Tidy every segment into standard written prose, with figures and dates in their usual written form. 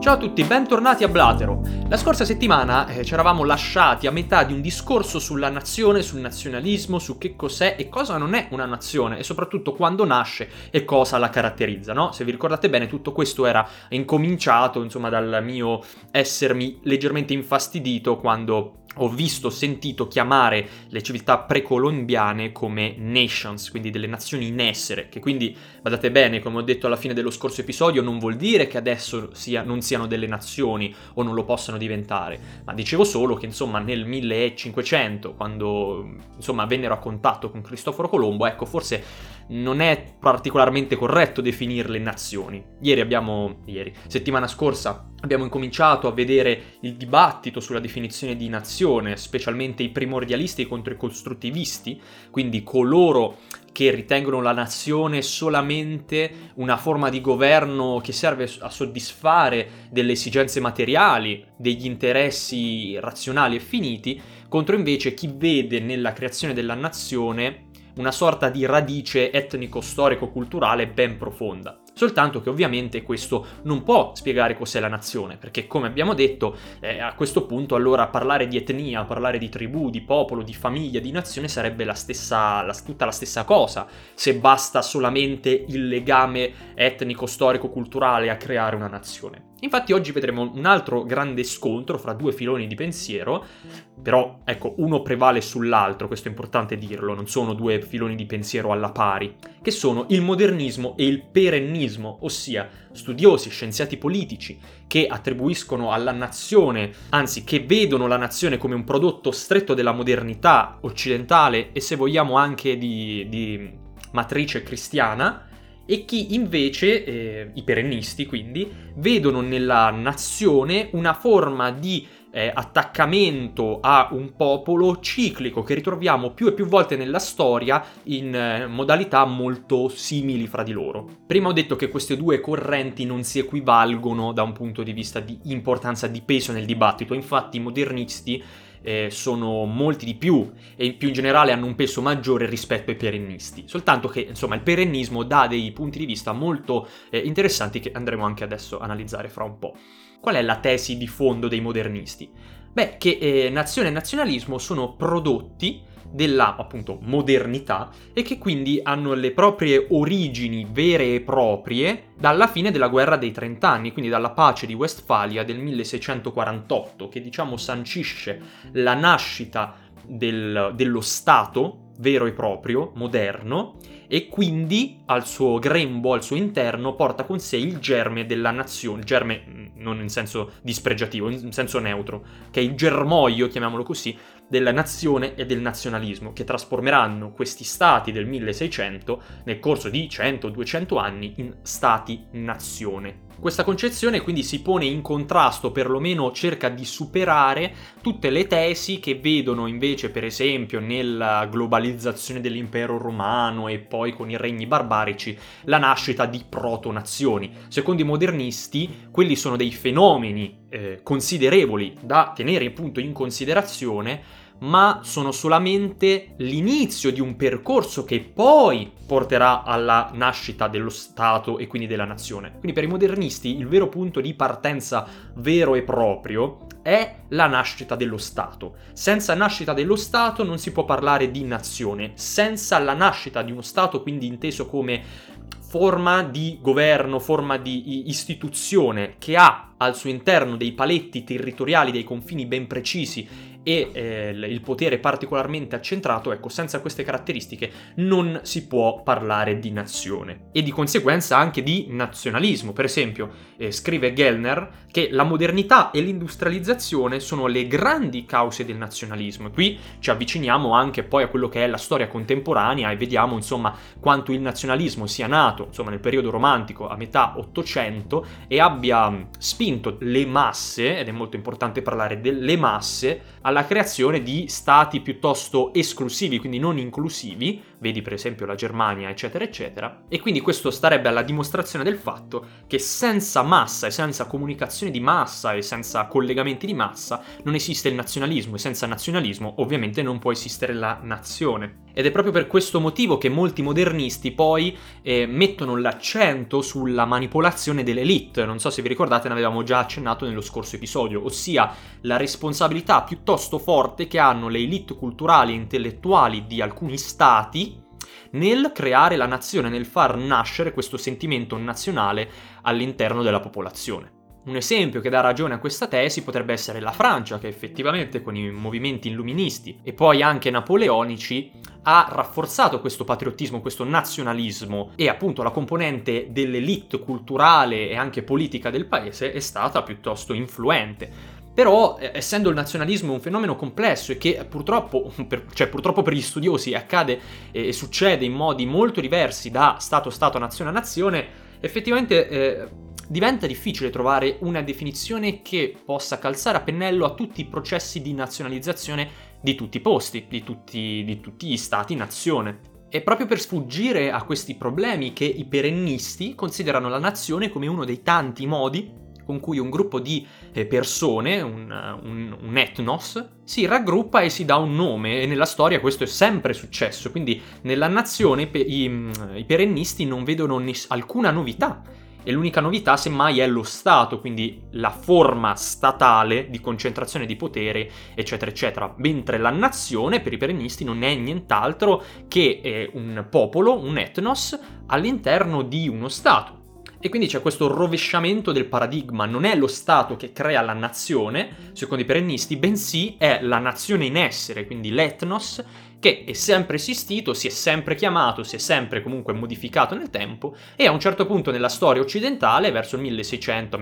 Ciao a tutti, bentornati a Blatero. La scorsa settimana ci eravamo lasciati a metà di un discorso sulla nazione, sul nazionalismo, su che cos'è e cosa non è una nazione e soprattutto quando nasce e cosa la caratterizza, no? Se vi ricordate bene, tutto questo era incominciato, insomma, dal mio essermi leggermente infastidito quando ho sentito chiamare le civiltà precolombiane come nations, quindi delle nazioni in essere, che quindi, badate bene, come ho detto alla fine dello scorso episodio, non vuol dire che adesso non siano delle nazioni o non lo possano diventare, ma dicevo solo che, insomma, nel 1500, quando, insomma, vennero a contatto con Cristoforo Colombo, ecco, forse non è particolarmente corretto definirle nazioni. Settimana scorsa, abbiamo incominciato a vedere il dibattito sulla definizione di nazione, specialmente i primordialisti contro i costruttivisti, quindi coloro che ritengono la nazione solamente una forma di governo che serve a soddisfare delle esigenze materiali, degli interessi razionali e finiti, contro invece chi vede nella creazione della nazione una sorta di radice etnico-storico-culturale ben profonda. Soltanto che ovviamente questo non può spiegare cos'è la nazione, perché come abbiamo detto, a questo punto allora parlare di etnia, parlare di tribù, di popolo, di famiglia, di nazione sarebbe tutta la stessa cosa, se basta solamente il legame etnico-storico-culturale a creare una nazione. Infatti oggi vedremo un altro grande scontro fra due filoni di pensiero, però ecco, uno prevale sull'altro, questo è importante dirlo, non sono due filoni di pensiero alla pari, che sono il modernismo e il perennismo, ossia studiosi, scienziati politici che attribuiscono alla nazione, anzi che vedono la nazione come un prodotto stretto della modernità occidentale e se vogliamo anche di matrice cristiana, e chi invece, i perennisti quindi, vedono nella nazione una forma di attaccamento a un popolo ciclico che ritroviamo più e più volte nella storia in modalità molto simili fra di loro. Prima ho detto che queste due correnti non si equivalgono da un punto di vista di importanza, di peso nel dibattito, infatti i modernisti sono molti di più e più in generale hanno un peso maggiore rispetto ai perennisti, soltanto che insomma il perennismo dà dei punti di vista molto interessanti che andremo anche adesso a analizzare fra un po'. Qual è la tesi di fondo dei modernisti? Beh, che nazione e nazionalismo sono prodotti della, appunto, modernità e che quindi hanno le proprie origini vere e proprie dalla fine della guerra dei 30 anni, quindi dalla pace di Westfalia del 1648, che diciamo sancisce la nascita dello Stato vero e proprio, moderno, e quindi al suo grembo, al suo interno, porta con sé il germe della nazione, il germe non in senso dispregiativo, in senso neutro, che è il germoglio, chiamiamolo così, della nazione e del nazionalismo, che trasformeranno questi stati del 1600 nel corso di 100-200 anni in stati-nazione. Questa concezione quindi si pone in contrasto, perlomeno cerca di superare tutte le tesi che vedono invece, per esempio, nella globalizzazione dell'impero romano e poi con i regni barbarici, la nascita di proto-nazioni. Secondo i modernisti, quelli sono dei fenomeni considerevoli da tenere appunto in considerazione, ma sono solamente l'inizio di un percorso che poi porterà alla nascita dello Stato e quindi della nazione. Quindi per i modernisti il vero punto di partenza vero e proprio è la nascita dello Stato. Senza nascita dello Stato non si può parlare di nazione. Senza la nascita di uno Stato, quindi inteso come forma di governo, forma di istituzione che ha al suo interno dei paletti territoriali, dei confini ben precisi e il potere particolarmente accentrato, ecco, senza queste caratteristiche non si può parlare di nazione e di conseguenza anche di nazionalismo. Per esempio, scrive Gellner che la modernità e l'industrializzazione sono le grandi cause del nazionalismo, e qui ci avviciniamo anche poi a quello che è la storia contemporanea e vediamo insomma quanto il nazionalismo sia nato insomma nel periodo romantico a metà Ottocento e abbia spinto le masse, ed è molto importante parlare delle masse, alla creazione di stati piuttosto esclusivi, quindi non inclusivi, vedi per esempio la Germania, eccetera, eccetera, e quindi questo starebbe alla dimostrazione del fatto che senza massa e senza comunicazione di massa e senza collegamenti di massa non esiste il nazionalismo, e senza nazionalismo ovviamente non può esistere la nazione. Ed è proprio per questo motivo che molti modernisti poi mettono l'accento sulla manipolazione dell'elite. Non so se vi ricordate, ne avevamo già accennato nello scorso episodio, ossia la responsabilità piuttosto forte che hanno le elite culturali e intellettuali di alcuni stati nel creare la nazione, nel far nascere questo sentimento nazionale all'interno della popolazione. Un esempio che dà ragione a questa tesi potrebbe essere la Francia, che effettivamente con i movimenti illuministi e poi anche napoleonici ha rafforzato questo patriottismo, questo nazionalismo, e appunto la componente dell'elite culturale e anche politica del paese è stata piuttosto influente. Però, essendo il nazionalismo un fenomeno complesso e che purtroppo per gli studiosi accade e succede in modi molto diversi da Stato-Stato, nazione a nazione, effettivamente diventa difficile trovare una definizione che possa calzare a pennello a tutti i processi di nazionalizzazione di tutti i posti, di tutti gli stati-nazione. È proprio per sfuggire a questi problemi che i perennisti considerano la nazione come uno dei tanti modi con cui un gruppo di persone, un etnos, si raggruppa e si dà un nome, e nella storia questo è sempre successo, quindi nella nazione i perennisti non vedono alcuna novità, e l'unica novità semmai è lo Stato, quindi la forma statale di concentrazione di potere, eccetera, eccetera, mentre la nazione per i perennisti non è nient'altro che un popolo, un etnos, all'interno di uno Stato. E quindi c'è questo rovesciamento del paradigma, non è lo Stato che crea la nazione, secondo i perennisti, bensì è la nazione in essere, quindi l'etnos, che è sempre esistito, si è sempre chiamato, si è sempre comunque modificato nel tempo, e a un certo punto nella storia occidentale, verso il 1600,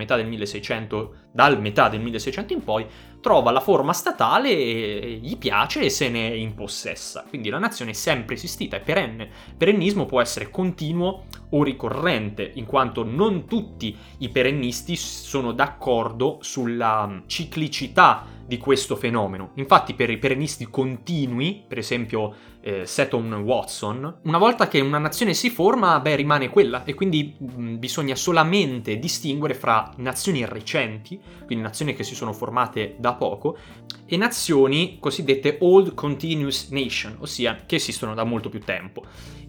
dal metà del 1600 in poi, trova la forma statale e gli piace e se ne impossessa. Quindi la nazione è sempre esistita, è perenne. Il perennismo può essere continuo o ricorrente, in quanto non tutti i perennisti sono d'accordo sulla ciclicità di questo fenomeno. Infatti per i perennisti continui, per esempio Seton Watson, una volta che una nazione si forma, rimane quella, e quindi bisogna solamente distinguere fra nazioni recenti, quindi nazioni che si sono formate da poco, e nazioni cosiddette Old Continuous Nation, ossia che esistono da molto più tempo.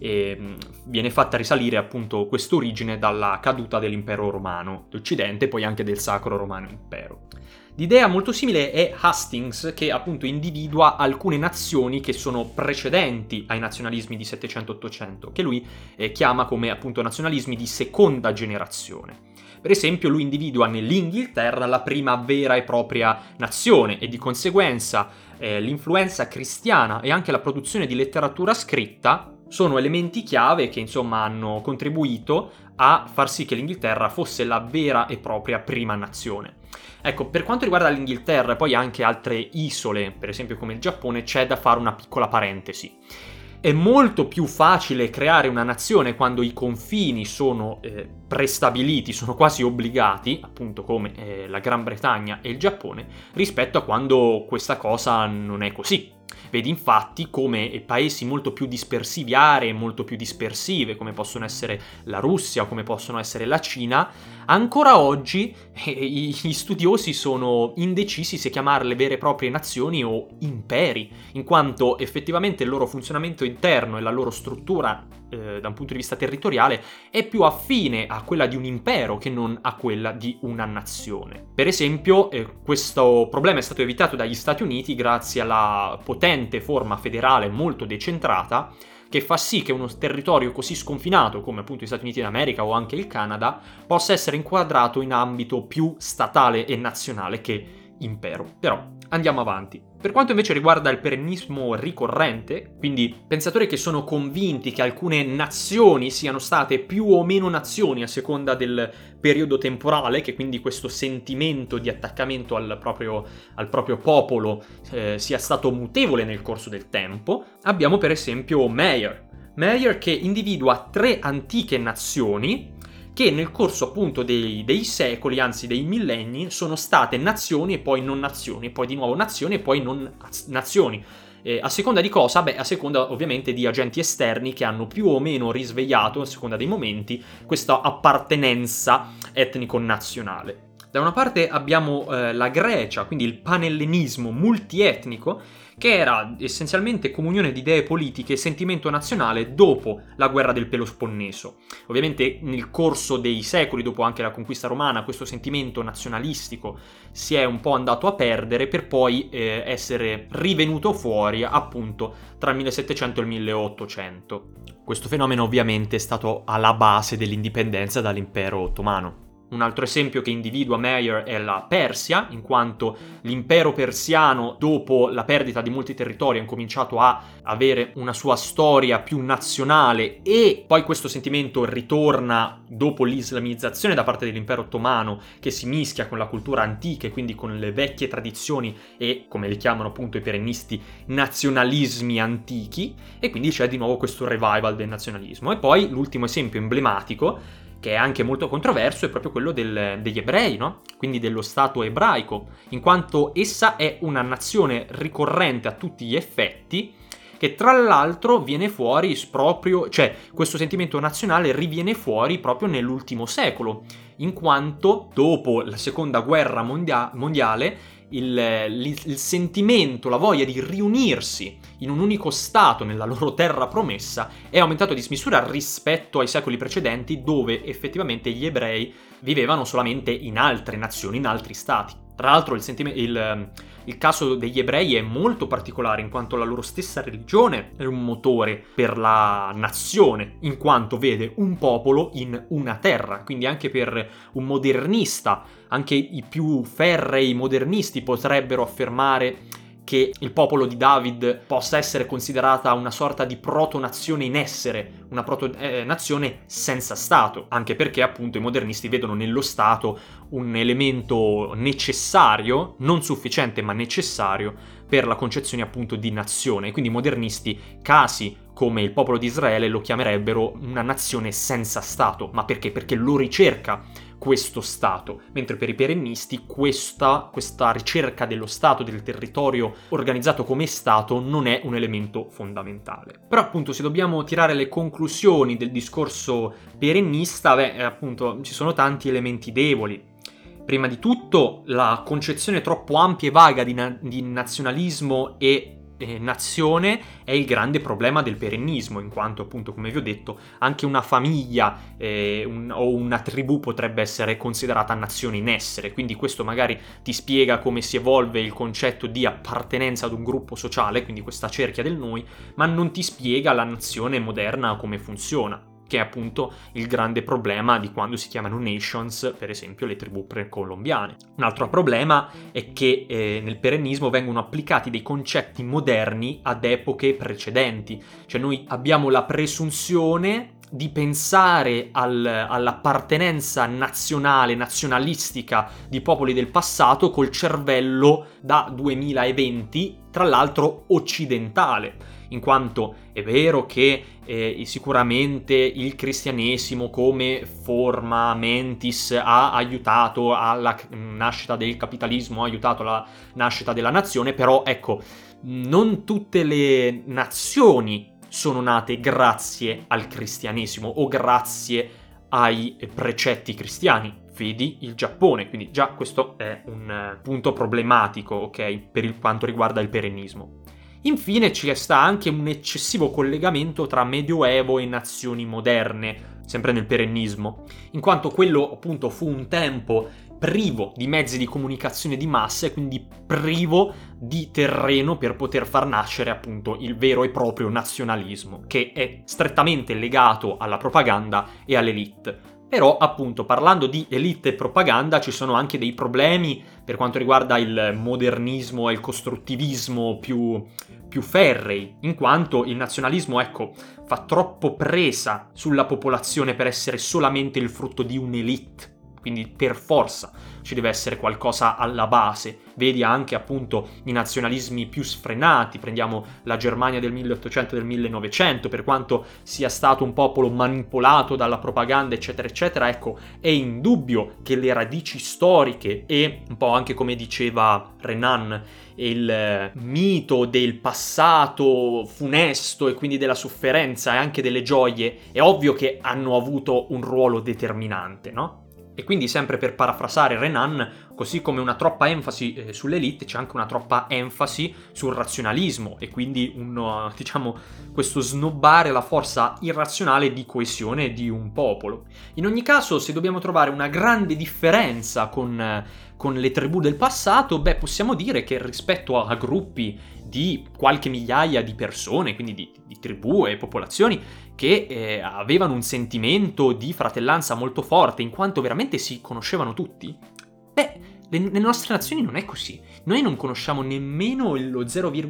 E viene fatta risalire appunto quest'origine dalla caduta dell'impero romano d'Occidente e poi anche del Sacro Romano Impero. L'idea molto simile è Hastings, che appunto individua alcune nazioni che sono precedenti ai nazionalismi di 700-800, che lui chiama come appunto nazionalismi di seconda generazione. Per esempio lui individua nell'Inghilterra la prima vera e propria nazione, e di conseguenza l'influenza cristiana e anche la produzione di letteratura scritta sono elementi chiave che insomma hanno contribuito a far sì che l'Inghilterra fosse la vera e propria prima nazione. Ecco, per quanto riguarda l'Inghilterra e poi anche altre isole, per esempio come il Giappone, c'è da fare una piccola parentesi. È molto più facile creare una nazione quando i confini sono prestabiliti, sono quasi obbligati, appunto come la Gran Bretagna e il Giappone, rispetto a quando questa cosa non è così. Vedi infatti come paesi molto più dispersivi, aree molto più dispersive, come possono essere la Russia o come possono essere la Cina, ancora oggi gli studiosi sono indecisi se chiamarle vere e proprie nazioni o imperi, in quanto effettivamente il loro funzionamento interno e la loro struttura da un punto di vista territoriale è più affine a quella di un impero che non a quella di una nazione. Per esempio, questo problema è stato evitato dagli Stati Uniti grazie alla potente forma federale molto decentrata, che fa sì che uno territorio così sconfinato come appunto gli Stati Uniti d'America o anche il Canada possa essere inquadrato in ambito più statale e nazionale che impero. Però andiamo avanti. Per quanto invece riguarda il perennismo ricorrente, quindi pensatori che sono convinti che alcune nazioni siano state più o meno nazioni a seconda del periodo temporale, che quindi questo sentimento di attaccamento al proprio popolo sia stato mutevole nel corso del tempo, abbiamo per esempio Meyer che individua 3 antiche nazioni che nel corso appunto dei secoli, anzi dei millenni, sono state nazioni e poi non nazioni, poi di nuovo nazioni e poi non nazioni. A seconda di cosa? Beh, a seconda ovviamente di agenti esterni che hanno più o meno risvegliato, a seconda dei momenti, questa appartenenza etnico-nazionale. Da una parte abbiamo la Grecia, quindi il panellenismo multietnico, che era essenzialmente comunione di idee politiche e sentimento nazionale dopo la guerra del Peloponneso. Ovviamente nel corso dei secoli, dopo anche la conquista romana, questo sentimento nazionalistico si è un po' andato a perdere per poi essere rivenuto fuori appunto tra il 1700 e il 1800. Questo fenomeno ovviamente è stato alla base dell'indipendenza dall'impero ottomano. Un altro esempio che individua Meyer è la Persia, in quanto l'impero persiano, dopo la perdita di molti territori, ha incominciato a avere una sua storia più nazionale e poi questo sentimento ritorna dopo l'islamizzazione da parte dell'impero ottomano, che si mischia con la cultura antica e quindi con le vecchie tradizioni e, come li chiamano appunto i perennisti, nazionalismi antichi, e quindi c'è di nuovo questo revival del nazionalismo. E poi l'ultimo esempio emblematico, che è anche molto controverso, è proprio quello degli ebrei, no? Quindi dello Stato ebraico, in quanto essa è una nazione ricorrente a tutti gli effetti, che tra l'altro viene fuori proprio, cioè questo sentimento nazionale riviene fuori proprio nell'ultimo secolo, in quanto dopo la seconda guerra mondiale il sentimento, la voglia di riunirsi in un unico stato nella loro terra promessa è aumentato a dismisura rispetto ai secoli precedenti, dove effettivamente gli ebrei vivevano solamente in altre nazioni, in altri stati. Tra l'altro il caso degli ebrei è molto particolare, in quanto la loro stessa religione è un motore per la nazione, in quanto vede un popolo in una terra. Quindi anche per un modernista, anche i più ferrei modernisti potrebbero affermare che il popolo di David possa essere considerata una sorta di proto-nazione in essere, una proto-nazione senza Stato, anche perché appunto i modernisti vedono nello Stato un elemento necessario, non sufficiente ma necessario, per la concezione appunto di nazione. Quindi i modernisti, casi come il popolo di Israele, lo chiamerebbero una nazione senza Stato. Ma perché? Perché lo ricerca questo Stato, mentre per i perennisti questa ricerca dello Stato, del territorio organizzato come Stato, non è un elemento fondamentale. Però appunto, se dobbiamo tirare le conclusioni del discorso perennista, appunto ci sono tanti elementi deboli. Prima di tutto la concezione troppo ampia e vaga di nazionalismo e nazione è il grande problema del perennismo, in quanto appunto, come vi ho detto, anche una famiglia o una tribù potrebbe essere considerata nazione in essere. Quindi questo magari ti spiega come si evolve il concetto di appartenenza ad un gruppo sociale, quindi questa cerchia del noi, ma non ti spiega la nazione moderna come funziona, che è appunto il grande problema di quando si chiamano nations, per esempio le tribù precolombiane. Un altro problema è che nel perennismo vengono applicati dei concetti moderni ad epoche precedenti, cioè noi abbiamo la presunzione di pensare all'appartenenza nazionale, nazionalistica di popoli del passato col cervello da 2020, tra l'altro occidentale, in quanto è vero che sicuramente il cristianesimo come forma mentis ha aiutato alla nascita del capitalismo, ha aiutato alla nascita della nazione, però ecco, non tutte le nazioni sono nate grazie al cristianesimo o grazie ai precetti cristiani. Vedi il Giappone, quindi già questo è un punto problematico, ok, per quanto riguarda il perennismo. Infine ci sta anche un eccessivo collegamento tra Medioevo e nazioni moderne, sempre nel perennismo, in quanto quello appunto fu un tempo privo di mezzi di comunicazione di massa e quindi privo di terreno per poter far nascere appunto il vero e proprio nazionalismo, che è strettamente legato alla propaganda e all'elite. Però appunto, parlando di elite e propaganda, ci sono anche dei problemi per quanto riguarda il modernismo e il costruttivismo più ferrei, in quanto il nazionalismo, ecco, fa troppo presa sulla popolazione per essere solamente il frutto di un'elite, quindi per forza ci deve essere qualcosa alla base. Vedi anche appunto i nazionalismi più sfrenati, prendiamo la Germania del 1800 e del 1900, per quanto sia stato un popolo manipolato dalla propaganda eccetera eccetera, ecco, è indubbio che le radici storiche e un po' anche come diceva Renan, il mito del passato funesto e quindi della sofferenza e anche delle gioie, è ovvio che hanno avuto un ruolo determinante, no? E quindi, sempre per parafrasare Renan, così come una troppa enfasi sull'elite, c'è anche una troppa enfasi sul razionalismo e quindi questo snobbare la forza irrazionale di coesione di un popolo. In ogni caso, se dobbiamo trovare una grande differenza con le tribù del passato, possiamo dire che rispetto a gruppi di qualche migliaia di persone, quindi di tribù e popolazioni, che avevano un sentimento di fratellanza molto forte, in quanto veramente si conoscevano tutti, le nostre nazioni non è così. Noi non conosciamo nemmeno lo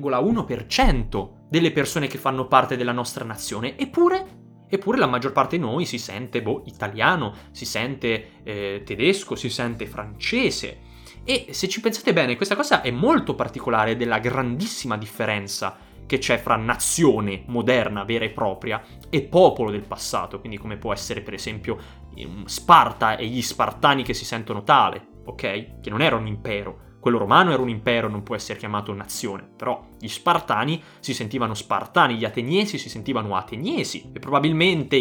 0,1% delle persone che fanno parte della nostra nazione, eppure la maggior parte di noi si sente italiano, si sente tedesco, si sente francese. E se ci pensate bene, questa cosa è molto particolare della grandissima differenza che c'è fra nazione moderna, vera e propria, e popolo del passato, quindi come può essere per esempio Sparta e gli Spartani che si sentono tale, ok? Che non era un impero. Quello romano era un impero, non può essere chiamato nazione, però gli Spartani si sentivano spartani, gli ateniesi si sentivano ateniesi, e probabilmente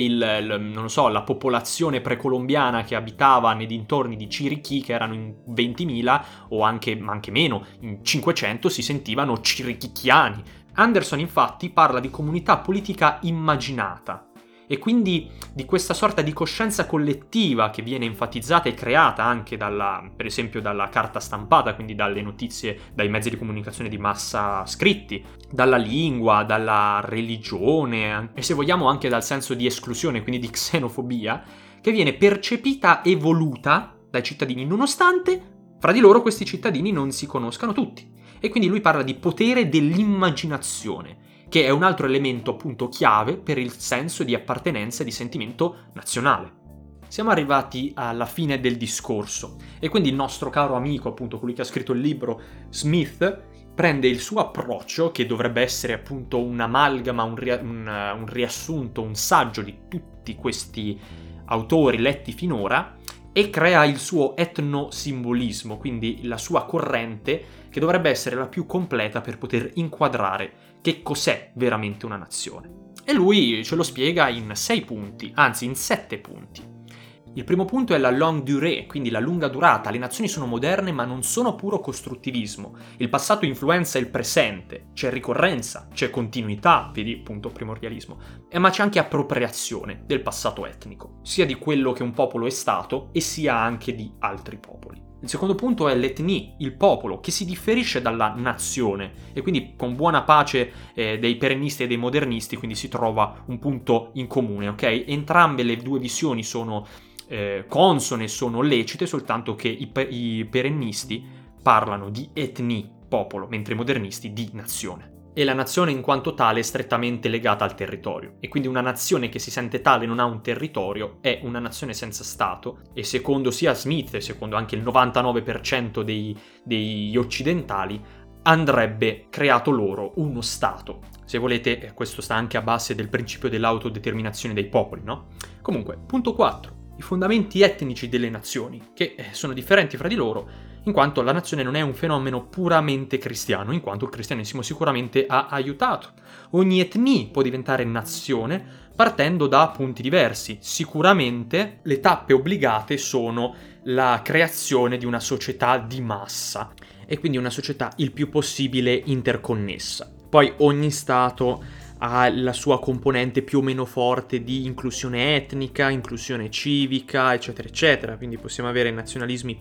la popolazione precolombiana che abitava nei dintorni di Chirichi, che erano in 20.000 o anche meno, in 500 si sentivano cirichichiani. Anderson infatti parla di comunità politica immaginata, e quindi di questa sorta di coscienza collettiva che viene enfatizzata e creata anche per esempio dalla carta stampata, quindi dalle notizie, dai mezzi di comunicazione di massa scritti, dalla lingua, dalla religione e se vogliamo anche dal senso di esclusione, quindi di xenofobia, che viene percepita e voluta dai cittadini, nonostante fra di loro questi cittadini non si conoscano tutti. E quindi lui parla di potere dell'immaginazione, che è un altro elemento appunto chiave per il senso di appartenenza e di sentimento nazionale. Siamo arrivati alla fine del discorso e quindi il nostro caro amico, appunto colui che ha scritto il libro, Smith, prende il suo approccio, che dovrebbe essere appunto un'amalgama, un riassunto, un saggio di tutti questi autori letti finora, e crea il suo etnosimbolismo, quindi la sua corrente che dovrebbe essere la più completa per poter inquadrare che cos'è veramente una nazione. E lui ce lo spiega in 6 punti, anzi in 7 punti. Il primo punto è la longue durée, quindi la lunga durata. Le nazioni sono moderne ma non sono puro costruttivismo. Il passato influenza il presente, c'è ricorrenza, c'è continuità, vedi appunto primordialismo, ma c'è anche appropriazione del passato etnico, sia di quello che un popolo è stato e sia anche di altri popoli. Il secondo punto è l'ethnie, il popolo, che si differisce dalla nazione e quindi con buona pace dei perennisti e dei modernisti quindi si trova un punto in comune, ok? Entrambe le due visioni sono consone, sono lecite, soltanto che i perennisti parlano di ethnie, popolo, mentre i modernisti di nazione. E la nazione in quanto tale è strettamente legata al territorio, e quindi una nazione che si sente tale e non ha un territorio è una nazione senza stato, e secondo sia Smith e secondo anche il 99% degli occidentali andrebbe creato loro uno stato. Se volete, questo sta anche a base del principio dell'autodeterminazione dei popoli, no? Comunque, punto 4. I fondamenti etnici delle nazioni, che sono differenti fra di loro, in quanto la nazione non è un fenomeno puramente cristiano, in quanto il cristianesimo sicuramente ha aiutato. Ogni etnia può diventare nazione partendo da punti diversi. Sicuramente le tappe obbligate sono la creazione di una società di massa, e quindi una società il più possibile interconnessa. Poi ogni stato ha la sua componente più o meno forte di inclusione etnica, inclusione civica, eccetera, eccetera. Quindi possiamo avere nazionalismi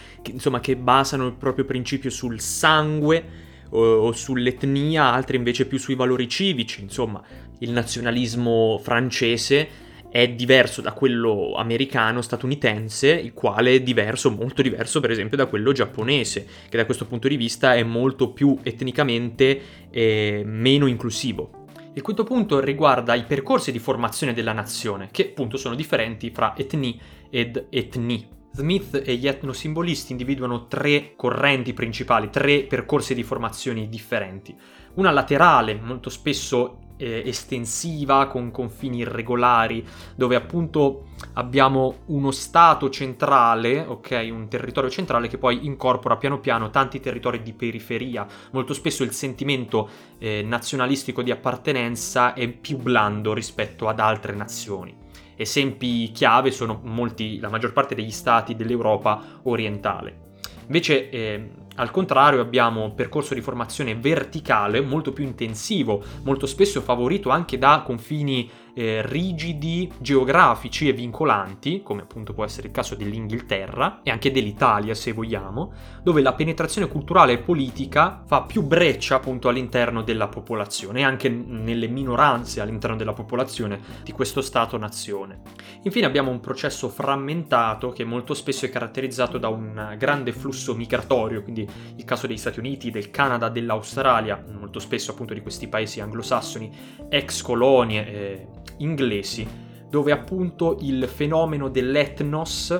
che basano il proprio principio sul sangue o sull'etnia, altri invece più sui valori civici. Insomma, il nazionalismo francese è diverso da quello americano, statunitense, il quale è diverso, molto diverso per esempio da quello giapponese, che da questo punto di vista è molto più etnicamente meno inclusivo. Il quinto punto riguarda i percorsi di formazione della nazione, che appunto sono differenti fra ethnie ed ethnie. Smith e gli etnosimbolisti individuano 3 correnti principali, 3 percorsi di formazioni differenti. Una laterale, molto spesso estensiva, con confini irregolari, dove appunto abbiamo uno stato centrale, ok, un territorio centrale che poi incorpora piano piano tanti territori di periferia. Molto spesso il sentimento nazionalistico di appartenenza è più blando rispetto ad altre nazioni. Esempi chiave sono la maggior parte degli stati dell'Europa orientale. Invece, al contrario, abbiamo un percorso di formazione verticale molto più intensivo, molto spesso favorito anche da confini rigidi, geografici e vincolanti, come appunto può essere il caso dell'Inghilterra e anche dell'Italia, se vogliamo, dove la penetrazione culturale e politica fa più breccia appunto all'interno della popolazione e anche nelle minoranze all'interno della popolazione di questo Stato-nazione. Infine abbiamo un processo frammentato che molto spesso è caratterizzato da un grande flusso migratorio, quindi il caso degli Stati Uniti, del Canada, dell'Australia, molto spesso appunto di questi paesi anglosassoni, ex colonie inglesi, dove appunto il fenomeno dell'ethnos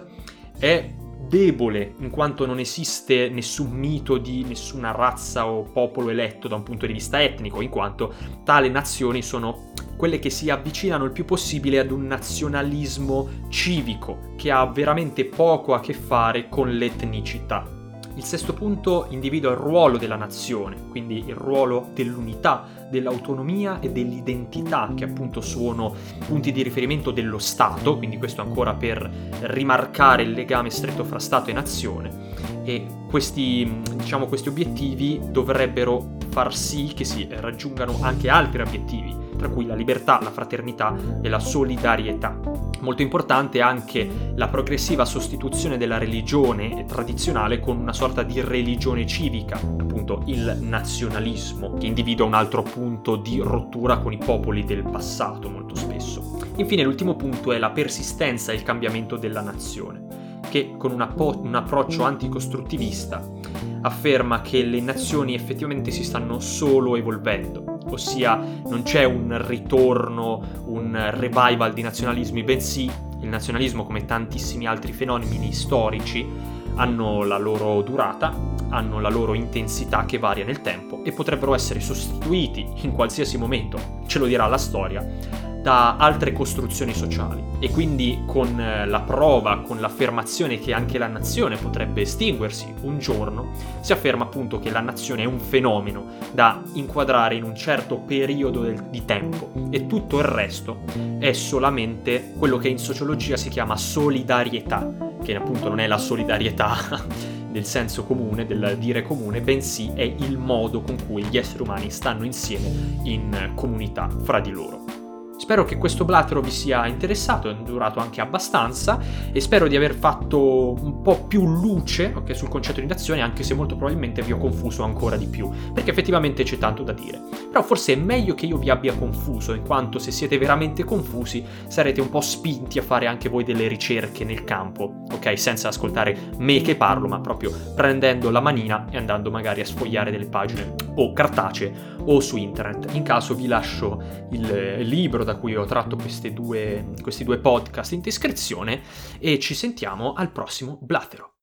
è debole, in quanto non esiste nessun mito di nessuna razza o popolo eletto da un punto di vista etnico, in quanto tali nazioni sono quelle che si avvicinano il più possibile ad un nazionalismo civico, che ha veramente poco a che fare con l'etnicità. Il sesto punto individua il ruolo della nazione, quindi il ruolo dell'unità, dell'autonomia e dell'identità, che appunto sono punti di riferimento dello Stato, quindi questo ancora per rimarcare il legame stretto fra Stato e nazione. E questi obiettivi dovrebbero far sì che si raggiungano anche altri obiettivi, tra cui la libertà, la fraternità e la solidarietà. Molto importante anche la progressiva sostituzione della religione tradizionale con una sorta di religione civica, appunto il nazionalismo, che individua un altro punto di rottura con i popoli del passato molto spesso. Infine l'ultimo punto è la persistenza e il cambiamento della nazione, che con un approccio anticostruttivista afferma che le nazioni effettivamente si stanno solo evolvendo, ossia non c'è un ritorno, un revival di nazionalismi, bensì il nazionalismo, come tantissimi altri fenomeni storici, hanno la loro durata, hanno la loro intensità che varia nel tempo e potrebbero essere sostituiti in qualsiasi momento, ce lo dirà la storia, da altre costruzioni sociali. E quindi con la prova, con l'affermazione che anche la nazione potrebbe estinguersi un giorno, si afferma appunto che la nazione è un fenomeno da inquadrare in un certo periodo di tempo e tutto il resto è solamente quello che in sociologia si chiama solidarietà, che appunto non è la solidarietà del senso comune, del dire comune, bensì è il modo con cui gli esseri umani stanno insieme in comunità fra di loro. Spero che questo blatero vi sia interessato, è durato anche abbastanza e spero di aver fatto un po' più luce, okay, sul concetto di nazione, anche se molto probabilmente vi ho confuso ancora di più, perché effettivamente c'è tanto da dire. Però forse è meglio che io vi abbia confuso, in quanto se siete veramente confusi sarete un po' spinti a fare anche voi delle ricerche nel campo, ok? Senza ascoltare me che parlo, ma proprio prendendo la manina e andando magari a sfogliare delle pagine o cartacee o su internet. In caso vi lascio il libro da cui ho tratto questi due podcast in descrizione e ci sentiamo al prossimo blatero.